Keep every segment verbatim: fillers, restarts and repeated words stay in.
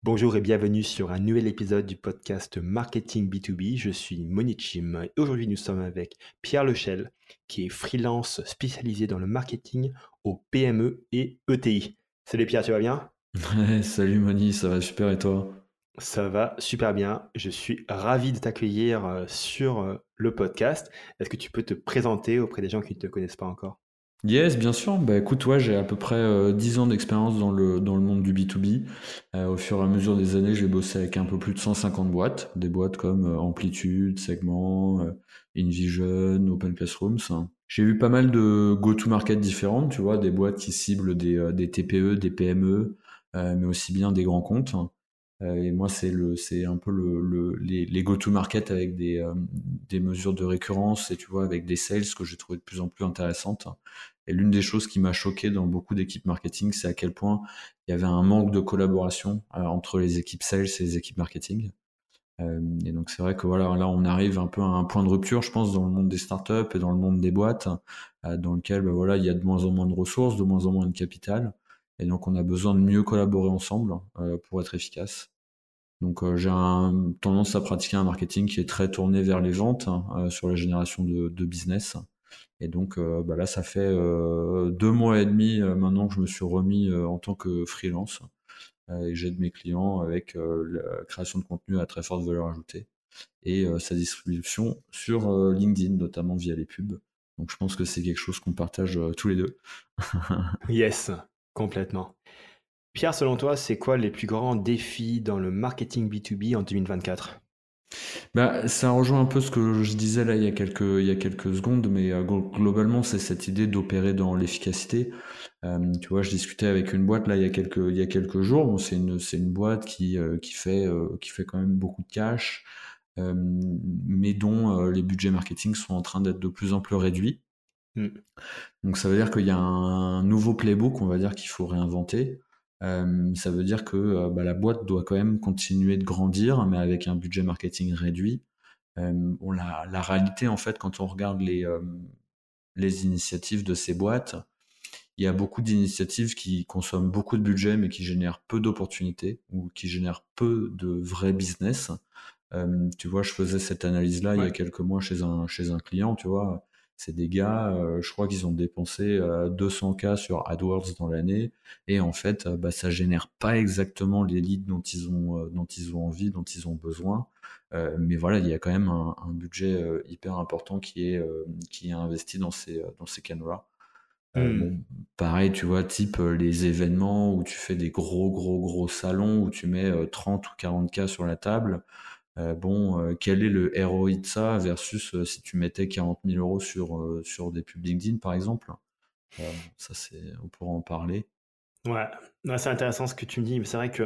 Bonjour et bienvenue sur un nouvel épisode du podcast Marketing B deux B. Je suis Monichim et aujourd'hui nous sommes avec Pierre Lechel qui est freelance spécialisé dans le marketing aux P M E et E T I. Salut Pierre, tu vas bien? Ouais, salut Moni, ça va super et toi? Ça va super bien. Je suis ravi de t'accueillir euh, sur euh, le podcast. Est-ce que tu peux te présenter auprès des gens qui ne te connaissent pas encore? Yes, bien sûr. Bah écoute, ouais, j'ai à peu près euh, dix ans d'expérience dans le, dans le monde du B deux B. Euh, au fur et à mesure des années, j'ai bossé avec un peu plus de cent cinquante boîtes, des boîtes comme euh, Amplitude, Segment, euh, InVision, Open Classrooms. J'ai eu pas mal de go-to-market différentes, tu vois, des boîtes qui ciblent des, euh, des T P E, des P M E, euh, mais aussi bien des grands comptes. Euh, et moi, c'est le, c'est un peu le, le- les, les go-to-market avec des, euh, des mesures de récurrence et tu vois, avec des sales que j'ai trouvé de plus en plus intéressantes. Et l'une des choses qui m'a choqué dans beaucoup d'équipes marketing, c'est à quel point il y avait un manque de collaboration euh, entre les équipes sales et les équipes marketing. Euh, et donc c'est vrai que voilà, là on arrive un peu à un point de rupture, je pense, dans le monde des startups et dans le monde des boîtes, euh, dans lequel ben, voilà, il y a de moins en moins de ressources, de moins en moins de capital, et donc on a besoin de mieux collaborer ensemble euh, pour être efficace. Donc euh, j'ai un, tendance à pratiquer un marketing qui est très tourné vers les ventes, hein, euh, sur la génération de, de business. Et donc euh, bah là, ça fait euh, deux mois et demi euh, maintenant que je me suis remis euh, en tant que freelance. Euh, et j'aide mes clients avec euh, la création de contenu à très forte valeur ajoutée et euh, sa distribution sur euh, LinkedIn, notamment via les pubs. Donc je pense que c'est quelque chose qu'on partage euh, tous les deux. Yes, complètement. Pierre, selon toi, c'est quoi les plus grands défis dans le marketing B deux B en deux mille vingt-quatre? Bah, ça rejoint un peu ce que je disais là il y a quelques, il y a quelques secondes, mais euh, glo- globalement, c'est cette idée d'opérer dans l'efficacité. Euh, tu vois, je discutais avec une boîte là il y a quelques, il y a quelques jours. Bon, c'est une, c'est une boîte qui, euh, qui fait, euh, qui fait quand même beaucoup de cash, euh, mais dont euh, les budgets marketing sont en train d'être de plus en plus réduits. Hmm. Donc ça veut dire qu'il y a un nouveau playbook, on va dire, qu'il faut réinventer. Euh, ça veut dire que euh, bah, la boîte doit quand même continuer de grandir, mais avec un budget marketing réduit. Euh, bon, la, la réalité, en fait, quand on regarde les, euh, les initiatives de ces boîtes, il y a beaucoup d'initiatives qui consomment beaucoup de budget, mais qui génèrent peu d'opportunités ou qui génèrent peu de vrais business. Euh, tu vois, je faisais cette analyse-là il y a Ouais. quelques mois chez un, chez un client, tu vois. C'est des gars, euh, je crois qu'ils ont dépensé euh, deux cents K sur AdWords dans l'année, et en fait, euh, bah, ça génère pas exactement les leads dont ils ont, euh, dont ils ont envie, dont ils ont besoin. Euh, mais voilà, il y a quand même un, un budget euh, hyper important qui est, euh, qui est investi dans ces, euh, dans ces canaux-là. Euh, Hmm. bon, pareil, tu vois, type euh, les événements où tu fais des gros, gros, gros salons où tu mets euh, trente ou quarante K sur la table. Euh, bon, euh, quel est le R O I de ça versus euh, si tu mettais quarante mille euros sur, euh, sur des pubs LinkedIn, par exemple? Euh, bon, ça, c'est, on pourra en parler. Ouais, ouais, c'est intéressant ce que tu me dis, mais c'est vrai que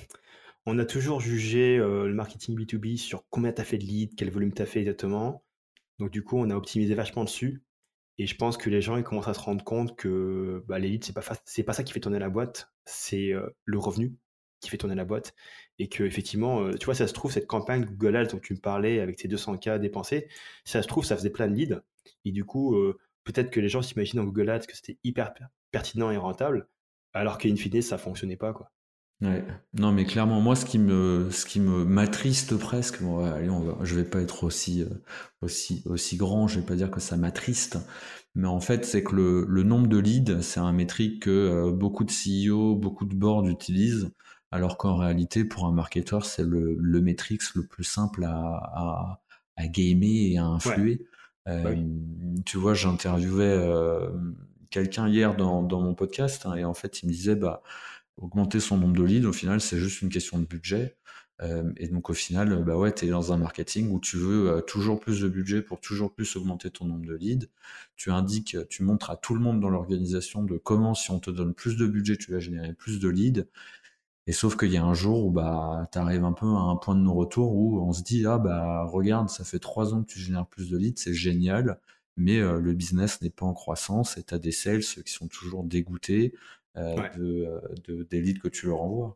on a toujours jugé euh, le marketing B deux B sur combien tu as fait de leads, quel volume tu as fait exactement. Donc du coup, on a optimisé vachement dessus. Et je pense que les gens ils commencent à se rendre compte que bah, les leads, c'est pas, fa- c'est pas ça qui fait tourner la boîte, c'est euh, le revenu qui fait tourner la boîte. Et que effectivement, euh, tu vois, ça se trouve, cette campagne Google Ads dont tu me parlais avec tes deux cents K dépensés, ça se trouve, ça faisait plein de leads. Et du coup, euh, peut-être que les gens s'imaginent en Google Ads que c'était hyper per- pertinent et rentable, alors qu'in fine, ça fonctionnait pas, quoi. Ouais. Non, mais clairement, moi, ce qui me, ce qui me m'attriste presque, bon, ouais, allez, on va, je vais pas être aussi, euh, aussi, aussi grand, je vais pas dire que ça m'attriste, mais en fait, c'est que le, le nombre de leads, c'est un métrique que euh, beaucoup de C E O, beaucoup de boards utilisent, alors qu'en réalité, pour un marketeur, c'est le, le métrique le plus simple à, à, à gamer et à Ouais, influer. bah Euh, oui. Tu vois, j'interviewais euh, quelqu'un hier dans, dans mon podcast, hein, et en fait, il me disait, bah, augmenter son nombre de leads, au final, c'est juste une question de budget. Euh, et donc, au final, bah ouais, tu es dans un marketing où tu veux euh, toujours plus de budget pour toujours plus augmenter ton nombre de leads. Tu indiques, tu montres à tout le monde dans l'organisation de comment, si on te donne plus de budget, tu vas générer plus de leads. Et sauf qu'il y a un jour où bah, tu arrives un peu à un point de non-retour où on se dit, ah bah regarde, ça fait trois ans que tu génères plus de leads, c'est génial, mais euh, le business n'est pas en croissance et tu as des sales qui sont toujours dégoûtés euh, Ouais. de, euh, de- des leads que tu leur envoies.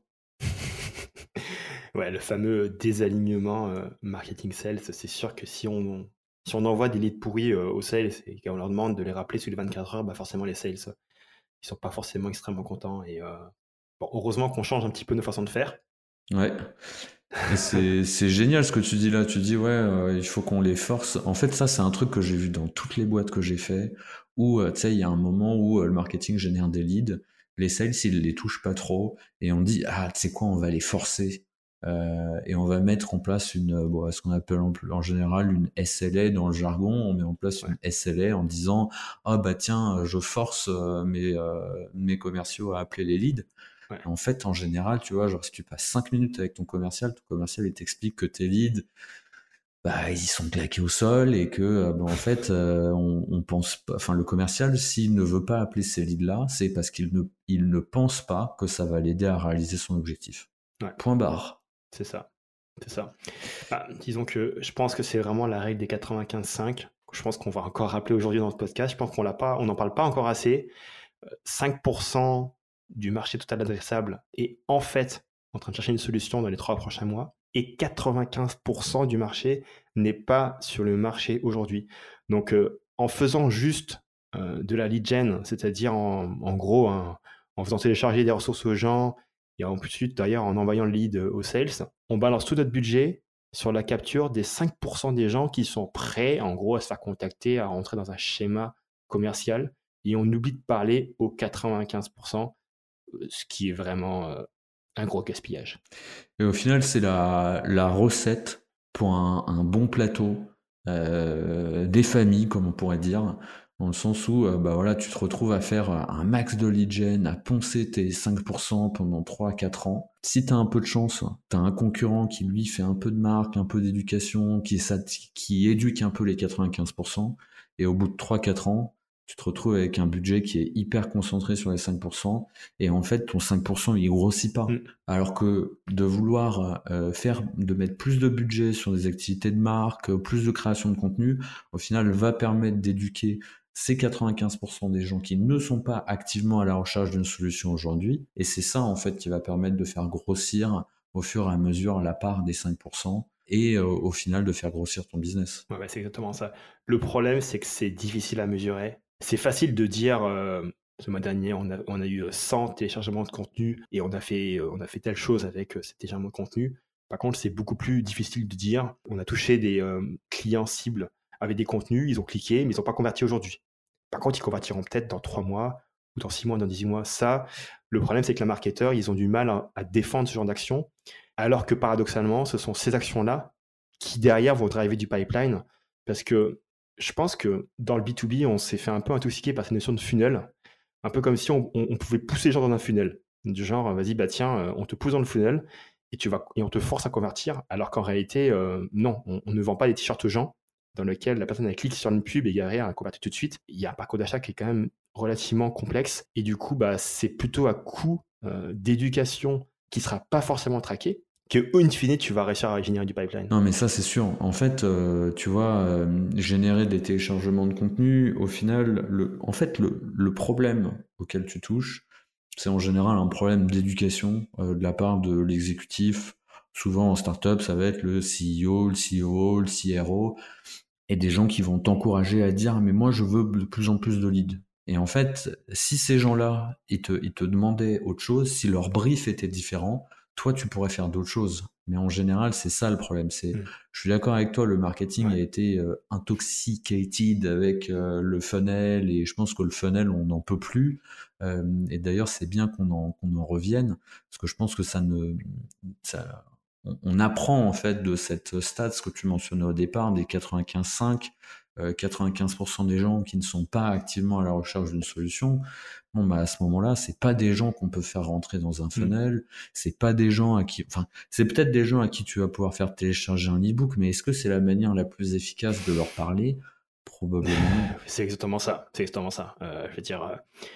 Ouais, le fameux désalignement euh, marketing sales, c'est sûr que si on, si on envoie des leads pourris euh, aux sales et qu'on leur demande de les rappeler sous les vingt-quatre heures, bah forcément les sales, euh, ils sont pas forcément extrêmement contents. Et euh, bon, heureusement qu'on change un petit peu nos façons de faire. Ouais. Et c'est c'est génial ce que tu dis là. Tu dis, ouais, euh, il faut qu'on les force. En fait, ça, c'est un truc que j'ai vu dans toutes les boîtes que j'ai fait, où, euh, tu sais, il y a un moment où euh, le marketing génère des leads, les sales, ils les touchent pas trop, et on dit, ah, tu sais quoi, on va les forcer. Euh, et on va mettre en place une, euh, bon, ce qu'on appelle en, en général une S L A dans le jargon. On met en place Ouais. une S L A en disant, ah bah tiens, je force euh, mes, euh, mes commerciaux à appeler les leads. Ouais. En fait, en général, tu vois, genre si tu passes cinq minutes avec ton commercial, ton commercial il t'explique que tes leads, bah, ils sont claqués au sol et que, euh, bah, en fait, euh, on, on pense pas, enfin, le commercial, s'il ne veut pas appeler ces leads-là, c'est parce qu'il ne, il ne pense pas que ça va l'aider à réaliser son objectif. Ouais. Point barre. C'est ça. C'est ça. Bah, disons que je pense que c'est vraiment la règle des quatre-vingt-quinze cinq. Je pense qu'on va encore rappeler aujourd'hui dans ce podcast. Je pense qu'on l'a pas, on n'en parle pas encore assez. cinq pour cent du marché total adressable est en fait en train de chercher une solution dans les trois prochains mois et quatre-vingt-quinze pour cent du marché n'est pas sur le marché aujourd'hui. Donc, euh, en faisant juste euh, de la lead gen, c'est-à-dire en, en gros, hein, en faisant télécharger des ressources aux gens et ensuite, d'ailleurs, en envoyant le lead aux sales, on balance tout notre budget sur la capture des cinq pour cent des gens qui sont prêts, en gros, à se faire contacter, à rentrer dans un schéma commercial et on oublie de parler aux quatre-vingt-quinze pour cent, ce qui est vraiment euh, un gros gaspillage. Et au final, c'est la, la recette pour un, un bon plateau euh, des familles, comme on pourrait dire, dans le sens où euh, bah voilà, tu te retrouves à faire un max de lead gen, à poncer tes cinq pour cent pendant trois à quatre ans. Si tu as un peu de chance, tu as un concurrent qui lui fait un peu de marque, un peu d'éducation, qui, qui éduque un peu les quatre-vingt-quinze pour cent, et au bout de trois à quatre ans, tu te retrouves avec un budget qui est hyper concentré sur les cinq pour cent, et en fait, ton cinq pour cent, il grossit pas. Mm. Alors que de vouloir euh, faire, de mettre plus de budget sur des activités de marque, plus de création de contenu, au final va permettre d'éduquer ces quatre-vingt-quinze pour cent des gens qui ne sont pas activement à la recherche d'une solution aujourd'hui. Et c'est ça en fait qui va permettre de faire grossir au fur et à mesure la part des cinq pour cent et euh, au final de faire grossir ton business. Ouais, ouais, c'est exactement ça. Le problème, c'est que c'est difficile à mesurer. C'est facile de dire, euh, ce mois dernier, on a, on a eu cent téléchargements de contenu et on a fait, euh, on a fait telle chose avec euh, ces téléchargements de contenu. Par contre, c'est beaucoup plus difficile de dire, on a touché des euh, clients cibles avec des contenus, ils ont cliqué, mais ils n'ont pas converti aujourd'hui. Par contre, ils convertiront peut-être dans trois mois, ou dans six mois, dans dix mois. Ça, le problème, c'est que les marketeurs, ils ont du mal à, à défendre ce genre d'action, alors que paradoxalement, ce sont ces actions-là qui derrière vont driver du pipeline. Parce que je pense que dans le B deux B, on s'est fait un peu intoxiquer par cette notion de funnel, un peu comme si on, on- on pouvait pousser les gens dans un funnel. Du genre, vas-y, bah tiens, euh, on te pousse dans le funnel et, tu vas, et on te force à convertir, alors qu'en réalité, euh, non, on, on ne vend pas des t-shirts aux gens dans lequel la personne elle clique sur une pub et derrière elle convertit tout de suite. Il y a un parcours d'achat qui est quand même relativement complexe et du coup, bah, c'est plutôt à coût euh, d'éducation qui sera pas forcément traqué que, in fine, tu vas réussir à générer du pipeline. Non mais ça c'est sûr. En fait, euh, tu vois, euh, générer des téléchargements de contenu, au final, le, en fait, le, le problème auquel tu touches, c'est en général un problème d'éducation euh, de la part de l'exécutif. Souvent en startup, ça va être le C E O, le C O O, le C R O, et des gens qui vont t'encourager à dire mais moi je veux de plus en plus de leads. Et en fait, si ces gens-là, ils te, ils te demandaient autre chose, si leur brief était différent, toi tu pourrais faire d'autres choses. Mais en général, c'est ça le problème. C'est, Mm. je suis d'accord avec toi, le marketing a Ouais. été euh, intoxicated avec euh, le funnel, et je pense que le funnel, on n'en peut plus. Euh, et d'ailleurs, c'est bien qu'on en, qu'on en revienne, parce que je pense que ça ne, ça, on, on apprend en fait de cette stat, ce que tu mentionnais au départ, des quatre-vingt-quinze virgule cinq, euh, quatre-vingt-quinze pour cent des gens qui ne sont pas activement à la recherche d'une solution. Bon, bah, à ce moment-là, c'est pas des gens qu'on peut faire rentrer dans un Mm. funnel, c'est pas des gens à qui, enfin, c'est peut-être des gens à qui tu vas pouvoir faire télécharger un e-book, mais est-ce que c'est la manière la plus efficace de leur parler? Probablement. C'est exactement ça. C'est exactement ça. Euh, je veux dire, euh,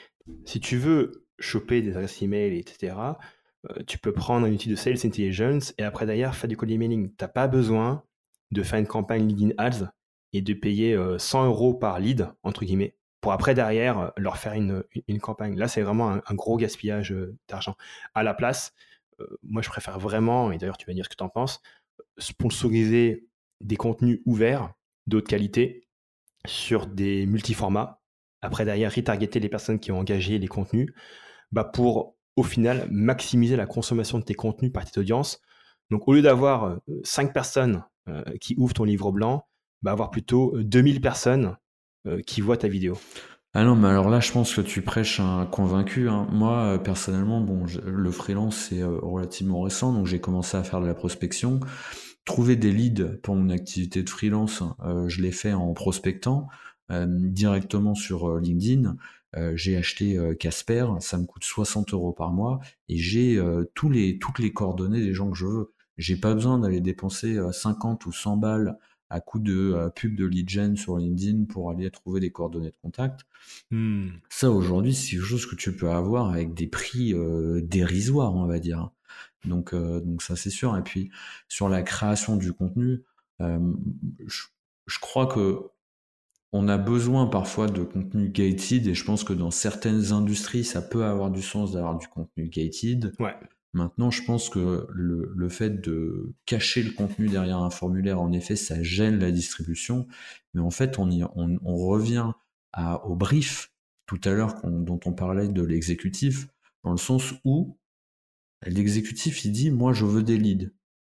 si tu veux choper des adresses email, et cetera, euh, tu peux prendre un outil de sales intelligence et après derrière faire du cold emailing. Tu n'as pas besoin de faire une campagne LinkedIn Ads et de payer euh, cent euros par lead, entre guillemets, pour après derrière euh, leur faire une, une, une campagne. Là, c'est vraiment un, un gros gaspillage euh, d'argent. À la place, euh, moi, je préfère vraiment, et d'ailleurs, tu vas dire ce que tu en penses, sponsoriser des contenus ouverts, d'autres qualités, sur des multiformats. Après, derrière, retargeter les personnes qui ont engagé les contenus, bah pour au final, maximiser la consommation de tes contenus par cette audience. Donc, au lieu d'avoir euh, cinq personnes euh, qui ouvrent ton livre blanc, bah, avoir plutôt euh, deux mille personnes euh, qui voient ta vidéo. Ah non, mais alors là, je pense que tu prêches un convaincu, hein. Moi, euh, personnellement, bon, je- le freelance, c'est euh, relativement récent, donc j'ai commencé à faire de la prospection. Trouver des leads pour mon activité de freelance, euh, je l'ai fait en prospectant euh, directement sur euh, LinkedIn. Euh, j'ai acheté euh, Casper, ça me coûte soixante euros par mois et j'ai euh, tous les, toutes les coordonnées des gens que je veux. J'ai pas besoin d'aller dépenser euh, cinquante ou cent balles à coup de euh, pub de lead gen sur LinkedIn pour aller trouver des coordonnées de contact. Hmm. Ça, aujourd'hui, c'est quelque chose que tu peux avoir avec des prix euh, dérisoires, on va dire. Donc, euh, donc ça, c'est sûr. Et puis, sur la création du contenu, euh, je, je crois que on a besoin parfois de contenu gated, et je pense que dans certaines industries, ça peut avoir du sens d'avoir du contenu gated. Ouais. Maintenant, je pense que le, le fait de cacher le contenu derrière un formulaire, en effet, ça gêne la distribution. Mais en fait, on, y, on, on revient à, au brief tout à l'heure qu'on- dont on parlait de l'exécutif, dans le sens où l'exécutif, il dit, moi, je veux des leads.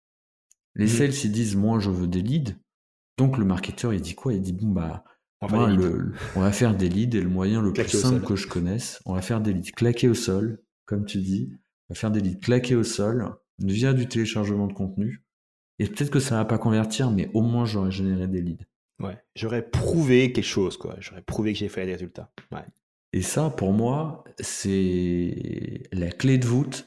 Les Mhm. sales, ils disent, moi, je veux des leads. Donc, le marketeur, il dit quoi? Il dit, bon, bah, On va faire moi, des leads. le, on va faire des leads et le moyen le plus Claqués au simple sol. que je connaisse, on va faire des leads claqués au sol, comme tu dis. On va faire des leads claqués au sol via du téléchargement de contenu. Et peut-être que ça va pas convertir, mais au moins, j'aurais généré des leads. Ouais. J'aurais prouvé quelque chose, quoi. J'aurais prouvé que j'ai fait des résultats. Ouais. Et ça, pour moi, c'est la clé de voûte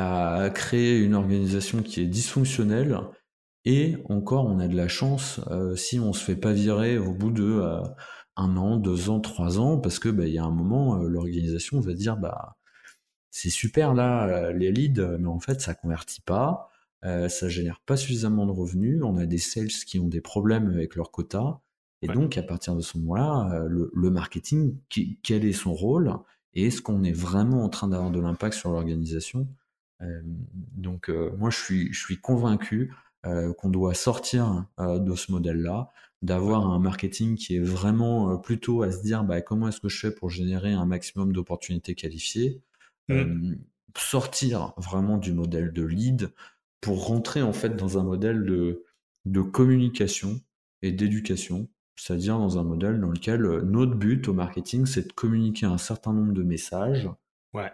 à créer une organisation qui est dysfonctionnelle. Et encore, on a de la chance euh, si on se fait pas virer au bout de euh, un an, deux ans, trois ans, parce que bah, il y a un moment, euh, l'organisation va dire bah c'est super là, euh, les leads, mais en fait ça convertit pas, euh, ça génère pas suffisamment de revenus, on a des sales qui ont des problèmes avec leur quota, et Ouais. donc à partir de ce moment-là, euh, le, le marketing, qui- quel est son rôle, et est-ce qu'on est vraiment en train d'avoir de l'impact sur l'organisation? Euh, donc euh, moi je suis, je suis convaincu euh, qu'on doit sortir euh, de ce modèle-là, d'avoir un marketing qui est vraiment euh, plutôt à se dire bah, comment est-ce que je fais pour générer un maximum d'opportunités qualifiées, Hmm. euh, sortir vraiment du modèle de lead pour rentrer en fait dans un modèle de, de communication et d'éducation, c'est-à-dire dans un modèle dans lequel euh, notre but au marketing, c'est de communiquer un certain nombre de messages. Ouais.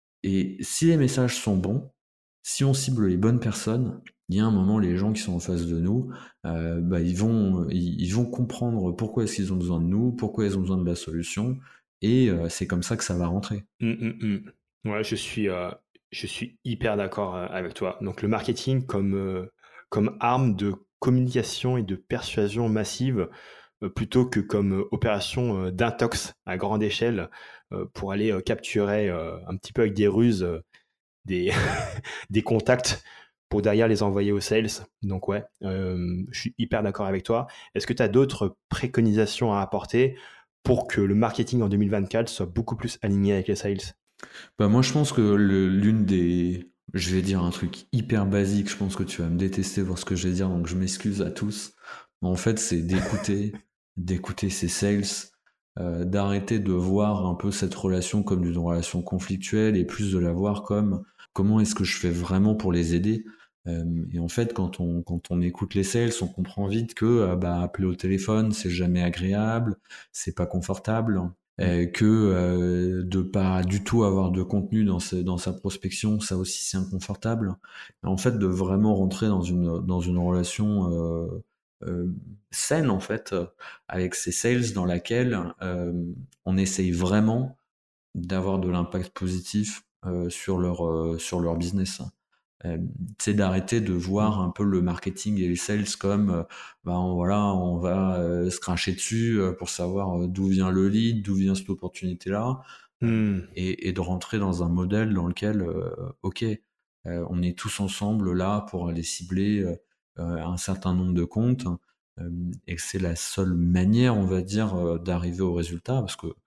Et si les messages sont bons, si on cible les bonnes personnes, il y a un moment, les gens qui sont en face de nous, euh, bah, ils, vont, ils, ils vont comprendre pourquoi est-ce qu'ils ont besoin de nous, pourquoi ils ont besoin de la solution, et euh, c'est comme ça que ça va rentrer. Hmm, hmm, hmm. Ouais, je suis, euh, je suis hyper d'accord euh, avec toi. Donc, le marketing comme, euh, comme arme de communication et de persuasion massive, euh, plutôt que comme euh, opération euh, d'intox à grande échelle euh, pour aller euh, capturer euh, un petit peu avec des ruses euh, des, des contacts pour derrière les envoyer aux sales. Donc ouais, euh, je suis hyper d'accord avec toi. Est-ce que tu as d'autres préconisations à apporter pour que le marketing en deux mille vingt-quatre soit beaucoup plus aligné avec les sales? Bah moi je pense que le- l'une des... Je vais dire un truc hyper basique, je pense que tu vas me détester pour ce que je vais dire, donc je m'excuse à tous. Mais en fait c'est d'écouter, d'écouter ces sales, euh, d'arrêter de voir un peu cette relation comme une relation conflictuelle et plus de la voir comme comment est-ce que je fais vraiment pour les aider. Euh, et en fait quand on, quand on écoute les sales, on comprend vite que euh, bah, appeler au téléphone c'est jamais agréable, c'est pas confortable, Mm. euh, que euh, de pas du tout avoir de contenu dans, sa- dans sa prospection, ça aussi c'est inconfortable. En fait, de vraiment rentrer dans une, dans une relation euh, euh, saine, en fait, euh, avec ces sales dans laquelle euh, on essaye vraiment d'avoir de l'impact positif euh, sur leur, euh, sur leur business. Euh, c'est d'arrêter de voir un peu le marketing et les sales comme euh, ben voilà, on va euh, se cracher dessus euh, pour savoir euh, d'où vient le lead, d'où vient cette opportunité là, Mm. et, et de rentrer dans un modèle dans lequel euh, ok, euh, on est tous ensemble là pour aller cibler euh, euh, un certain nombre de comptes, euh, et que c'est la seule manière, on va dire, euh, d'arriver au résultat, parce que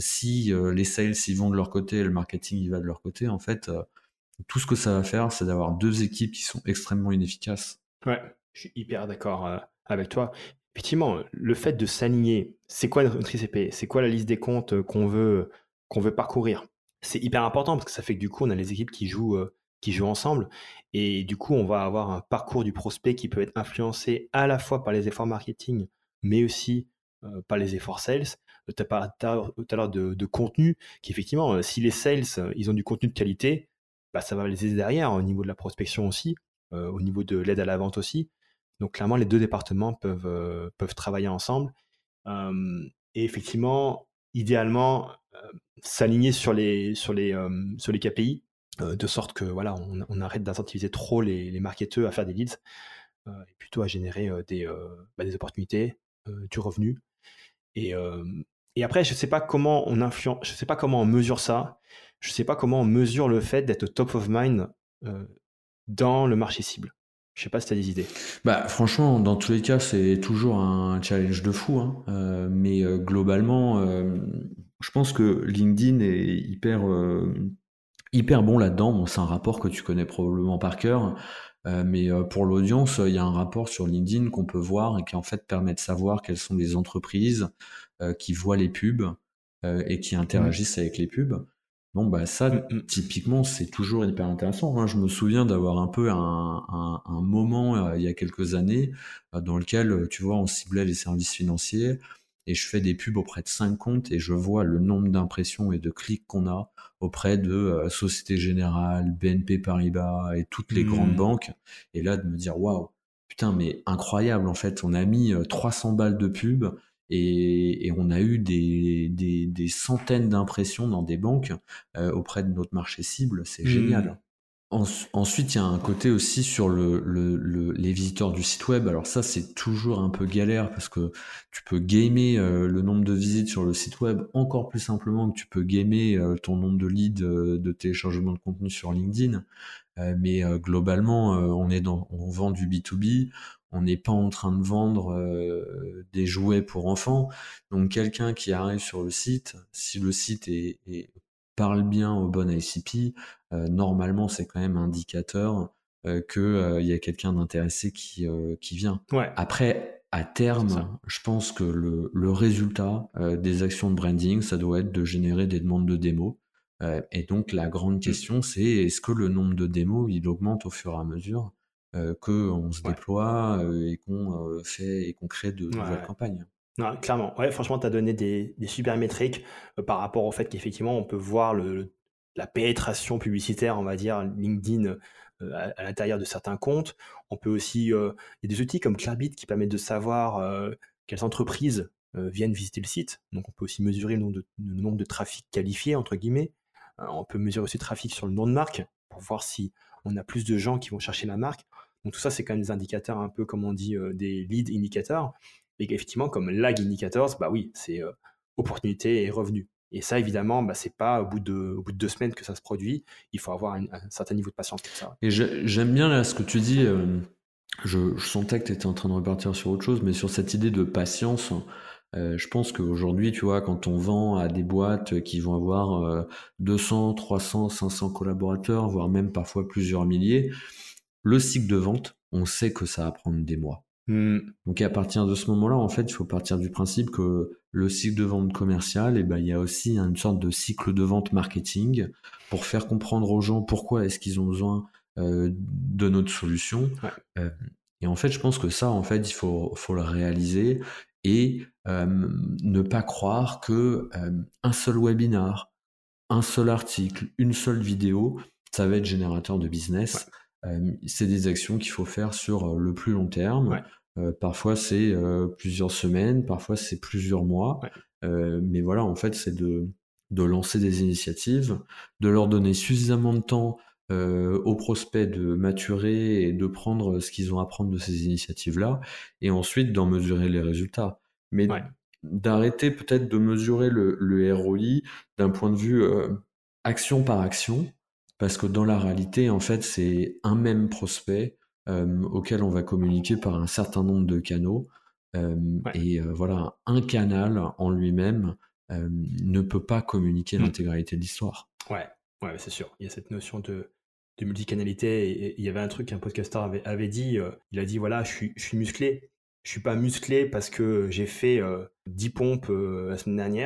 si euh, les sales ils vont de leur côté et le marketing il va de leur côté, en fait euh, tout ce que ça va faire, c'est d'avoir deux équipes qui sont extrêmement inefficaces. Ouais, je suis hyper d'accord euh, avec toi. Effectivement, le fait de s'aligner, c'est quoi notre I C P? C'est quoi la liste des comptes euh, qu'on veut, qu'on veut parcourir? c'est hyper important parce que ça fait que du coup, on a les équipes qui jouent, heu, qui jouent ensemble et du coup, on va avoir un parcours du prospect qui peut être influencé à la fois par les efforts marketing, mais aussi, heu, par les efforts sales. Heu, tu as parlé tout à l'heure tout à l'heure de de contenu qu'effectivement, heu, si les sales, heu, ils ont du contenu de qualité, bah, ça va les aider derrière au niveau de la prospection aussi, heu, au niveau de l'aide à la vente aussi. Donc clairement, les deux départements peuvent, heu, peuvent travailler ensemble. Hem et effectivement, idéalement, heu, s'aligner sur les sur les, hem, sur les K P I, heu, de sorte que voilà, on on arrête d'incentiviser trop les les marketeurs à faire des leads, heu et plutôt à générer, heu, des, heu, bah, des opportunités, heu, du revenu et hem et après je sais pas comment on influen je sais pas comment on mesure ça. Je sais pas comment on mesure le fait d'être top of mind, heu, dans le marché cible. Je sais pas si tu as des idées? Bah, franchement, dans tous les cas, c'est toujours un challenge de fou, hein. Heu, mais heu, globalement, hem, je pense que LinkedIn est hyper, hem, hyper bon là-dedans. Bon, c'est un rapport que tu connais probablement par cœur, heu, mais heu, pour l'audience, il y a un rapport sur LinkedIn qu'on peut voir et qui en fait permet de savoir quelles sont les entreprises, heu, qui voient les pubs, heu, et qui Mmh. interagissent avec les pubs. Bon, bah, Mmh ça, mh. typiquement, c'est toujours hyper intéressant, hein. Je me souviens d'avoir un peu un un un moment, heu, il y a quelques années, heu, dans lequel, heu, tu vois, on ciblait les services financiers et je fais des pubs auprès de cinq comptes et je vois le nombre d'impressions et de clics qu'on a auprès de, heu, Société Générale, B N P Paribas et toutes les grandes Mmh. banques et là de me dire: «Waouh, putain mais incroyable en fait, on a mis, heu, trois cents balles de pub et et on a eu des des des centaines d'impressions dans des banques, heu, auprès de notre marché cible, c'est Mmh. génial». Ens ensuite, il y a un côté aussi sur le le le les visiteurs du site web. Alors ça, c'est toujours un peu galère parce que tu peux gamer, heu, le nombre de visites sur le site web encore plus simplement que tu peux gamer, heu, ton nombre de leads, heu, de téléchargement de contenu sur LinkedIn. Heu, mais heu, globalement, heu, on est dans on vend du B to B, on n'est pas en train de vendre, heu, des jouets pour enfants. Donc quelqu'un qui arrive sur le site, si le site est est parle bien au bon I C P, heu, normalement c'est quand même indicateur, heu, que, heu, il y a quelqu'un d'intéressé qui, heu, qui vient. Ouais, Après, à c'est ça. terme, je pense que le le résultat, heu, des actions de branding, ça doit être de générer des demandes de démos. Heu et donc la grande Mmh. question, c'est est-ce que le nombre de démos, il augmente au fur et à mesure, heu, qu'on se Ouais. déploie, heu et qu'on, heu, fait et qu'on crée de Ouais, nouvelles ouais. campagnes? Non, clairement. Ouais, franchement, tu as donné des des super métriques, heu, par rapport au fait qu'effectivement, on peut voir le la pénétration publicitaire, on va dire, LinkedIn, heu, à à l'intérieur de certains comptes. On peut aussi, heu, il y a des outils comme Clearbit qui permettent de savoir, heu, quelles entreprises, heu, viennent visiter le site. Donc on peut aussi mesurer le nombre de le nombre de «trafic qualifié» entre guillemets. Heu, on peut mesurer aussi le trafic sur le nom de marque pour voir si on a plus de gens qui vont chercher la marque. Donc tout ça, c'est quand même des indicateurs un peu, comme on dit, heu, des lead indicators et effectivement, comme lag indicators, bah oui, c'est euh, opportunité et revenu. Et ça, évidemment, bah, c'est pas au bout, de, au bout de deux semaines que ça se produit. Il faut avoir un, un certain niveau de patience pour ça. Et j'ai j'aime bien là ce que tu dis, hem, je je sentais que tu étais en train de repartir sur autre chose, mais sur cette idée de patience, heu, je pense qu'aujourd'hui, tu vois, quand on vend à des boîtes qui vont avoir, heu, deux cents, trois cents, cinq cents collaborateurs, voire même parfois plusieurs milliers, le cycle de vente, on sait que ça va prendre des mois. Hmm, Donc à partir de ce moment-là, en fait, il faut partir du principe que le cycle de vente commercial, et ben, il y a aussi une sorte de cycle de vente marketing pour faire comprendre aux gens pourquoi est-ce qu'ils ont besoin euh, de notre solution. ouais, Euh, et en fait, je pense que ça, en fait, il faut, faut le réaliser et euh, ne pas croire que euh, un seul webinar, un seul article, une seule vidéo, ça va être générateur de ouais, business. Euh, c'est des actions qu'il faut faire sur euh, le plus long terme. ouais, Euh, parfois c'est euh, plusieurs semaines, parfois c'est plusieurs mois. ouais. Euh, mais voilà, en fait, c'est de, de lancer des initiatives, de leur donner suffisamment de temps euh, aux prospects de maturer et de prendre ce qu'ils ont à prendre de ces initiatives-là, et ensuite d'en mesurer les résultats. Mais Ouais. d'arrêter peut-être de mesurer le, le R O I d'un point de vue euh, action par action, parce que dans la réalité, en fait, c'est un même prospect euh, auquel on va communiquer par un certain nombre de canaux. Euh, Ouais. et euh, voilà, un canal en lui-même euh, ne peut pas communiquer Hmm. l'intégralité de l'histoire. Ouais, ouais, c'est sûr. Il y a cette notion de, de multicanalité. Et, et il y avait un truc qu'un podcasteur avait, avait dit. Euh, il a dit voilà, je suis, je suis musclé. Je suis pas musclé parce que j'ai fait euh, dix pompes euh, la semaine dernière.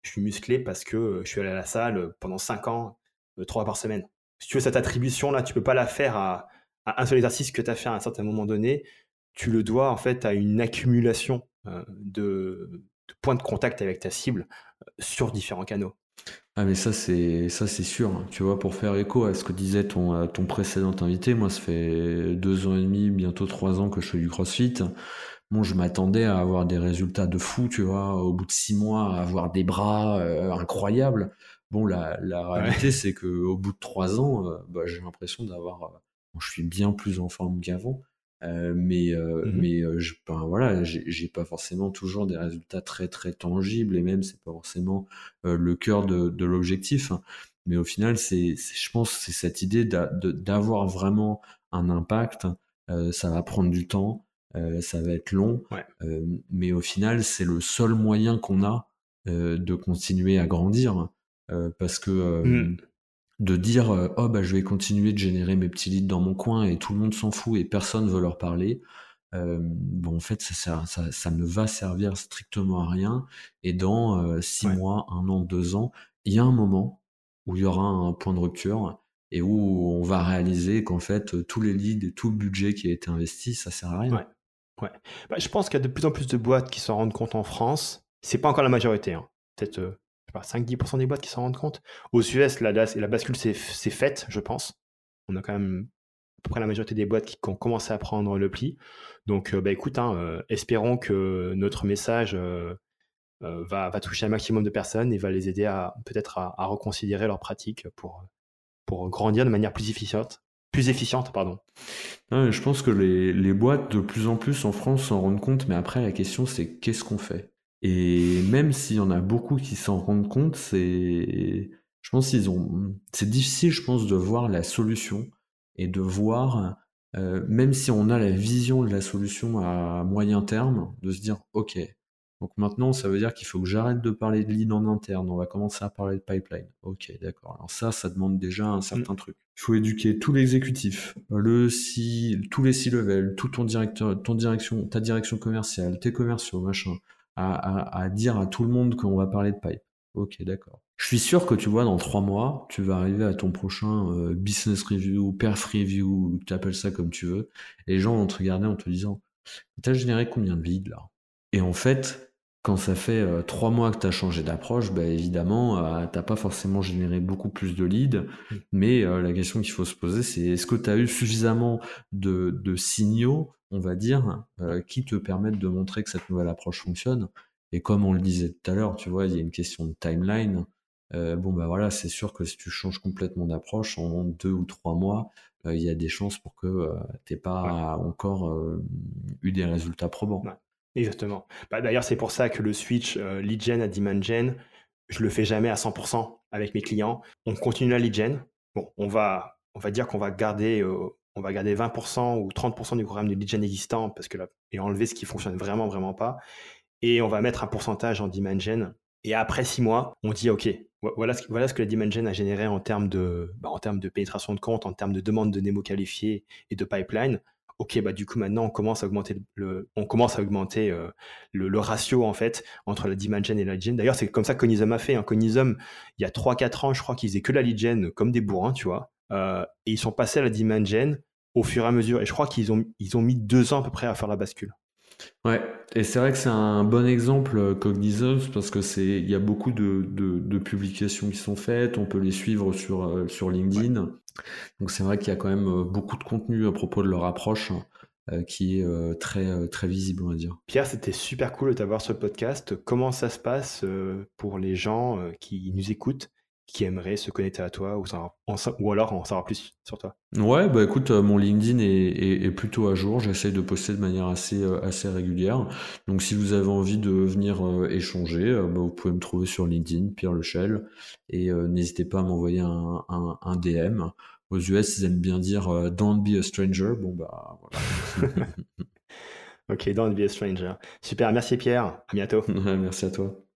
je suis musclé parce que euh, je suis allé à la salle euh, pendant cinq ans, euh, trois fois par semaine. Si tu veux, cette attribution-là, tu peux pas la faire à, à un seul exercice que tu as fait à un certain moment donné. Tu le dois en fait à une accumulation euh, de, de points de contact avec ta cible euh, sur différents canaux. Ah mais ça c'est ça c'est sûr, hein. Tu vois, pour faire écho à ce que disait ton, euh, ton précédent invité, moi ça fait deux ans et demi, bientôt trois ans que je fais du CrossFit. Bon, je m'attendais à avoir des résultats de fou, tu vois, au bout de six mois, à avoir des bras euh, incroyables. Bon, la, la Ouais. réalité, c'est que au bout de trois ans, euh, bah, j'ai l'impression d'avoir, euh, bon, je suis bien plus en forme qu'avant, euh, mais euh, Mhm. mais euh, je, ben, voilà, j'ai j'ai pas forcément toujours des résultats très très tangibles et même c'est pas forcément euh, le cœur de, de l'objectif, hein. Mais au final, c'est, c'est- je pense, que c'est cette idée d'a- de- d'avoir vraiment un impact. Euh, ça va prendre du temps. Euh, ça va être long, Ouais. euh, mais au final, c'est le seul moyen qu'on a euh, de continuer à grandir, euh, parce que euh, Mm. de dire euh, oh bah je vais continuer de générer mes petits leads dans mon coin et tout le monde s'en fout et personne veut leur parler, euh, bon en fait ça, sert- ça, ça ne va servir strictement à rien. Et dans euh, six Ouais. mois, un an, deux ans, il y a un moment où il y aura un point de rupture et où on va réaliser qu'en fait tous les leads et tout le budget qui a été investi, ça sert à rien. Ouais. Ouais. Bah, je pense qu'il y a de plus en plus de boîtes qui s'en rendent compte en France. C'est pas encore la majorité, hein. Peut-être euh, je sais pas, cinq à dix pour cent des boîtes qui s'en rendent compte. Aux U S, la, la, la bascule s'est c'est faite, je pense. On a quand même à peu près la majorité des boîtes qui ont commencé à prendre le pli. Donc, euh, bah, écoute, hein, euh, espérons que notre message euh, euh, va, va toucher un maximum de personnes et va les aider à peut-être à, à reconsidérer leurs pratiques pour, pour grandir de manière plus efficiente. Plus efficiente, pardon. Ouais, je pense que les, les boîtes, de plus en plus en France, s'en rendent compte, mais après, la question, c'est qu'est-ce qu'on fait? Et même s'il y en a beaucoup qui s'en rendent compte, c'est, je pense qu'ils ont, c'est difficile, je pense, de voir la solution et de voir, euh, même si on a la vision de la solution à moyen terme, de se dire, OK, donc maintenant, ça veut dire qu'il faut que j'arrête de parler de lead en interne, on va commencer à parler de pipeline. OK, d'accord. Alors ça, ça demande déjà un Mm. certain truc. Il faut éduquer tout l'exécutif, le si, tous les C-level, tout ton directeur, ton direction, ta direction commerciale, tes commerciaux, machin, à, à, à dire à tout le monde qu'on va parler de pipe. Ok, d'accord. Je suis sûr que tu vois, dans trois mois, tu vas arriver à ton prochain euh, business review, perf review, tu appelles ça comme tu veux, et les gens vont te regarder en te disant, t'as généré combien de leads là? Et en fait, quand ça fait euh, trois mois que tu as changé d'approche, bah, évidemment, euh, t'as pas forcément généré beaucoup plus de leads. Mm. Mais euh, la question qu'il faut se poser, c'est est-ce que tu as eu suffisamment de, de signaux, on va dire, euh, qui te permettent de montrer que cette nouvelle approche fonctionne? Et comme on le disait tout à l'heure, tu vois, il y a une question de timeline. Euh, bon, bah voilà, c'est sûr que si tu changes complètement d'approche en deux ou trois mois, euh, il y a des chances pour que euh, tu n'aies Ouais. pas encore euh, eu des résultats probants. Ouais, exactement. Bah, d'ailleurs, c'est pour ça que le switch euh, lead gen à demand gen, je le fais jamais à cent pour cent avec mes clients. On continue la lead gen. Bon, on va, on va dire qu'on va garder, euh, on va garder vingt pour cent ou trente pour cent du programme de lead gen existant parce que là, et enlever ce qui fonctionne vraiment, vraiment pas. Et on va mettre un pourcentage en demand gen. Et après six mois, on dit OK, voilà ce, voilà ce que la demand gen a généré en termes de, bah, en termes de pénétration de compte, en termes de demande de démo qualifiés et de pipeline. Ok, bah du coup maintenant on commence à augmenter le, on commence à augmenter euh, le, le ratio en fait entre la demand gen et la lead gen. D'ailleurs c'est comme ça que Conisum a fait. Hein. Conisum, il y a trois quatre ans, je crois qu'ils faisaient que la lead gen comme des bourrins, tu vois. Euh, et ils sont passés à la demand gen au fur et à mesure. Et je crois qu'ils ont, ils ont mis deux ans à peu près à faire la bascule. Ouais, et c'est vrai que c'est un bon exemple, euh, Cognizant, parce que c'est, il y a beaucoup de, de, de publications qui sont faites, on peut les suivre sur, euh, sur Ouais. LinkedIn. Donc c'est vrai qu'il y a quand même euh, beaucoup de contenu à propos de leur approche, euh, qui est euh, très, euh, très visible, on va dire. Pierre, c'était super cool de t'avoir sur le podcast. Comment ça se passe euh, pour les gens euh, qui nous écoutent, qui aimeraient se connecter à toi ou, savoir- en sa- ou alors en savoir plus sur toi? Ouais, bah écoute, euh, mon LinkedIn est, est- est plutôt à jour. J'essaye de poster de manière assez, euh, assez régulière. Donc si vous avez envie de venir euh, échanger, euh, bah, vous pouvez me trouver sur LinkedIn, Pierre Lechel. Et euh, n'hésitez pas à m'envoyer un, un, un D M. Aux U S, ils aiment bien dire euh, Don't be a stranger. Bon bah voilà. Ok, don't be a stranger. Super, merci Pierre. À bientôt. Ouais, merci à toi.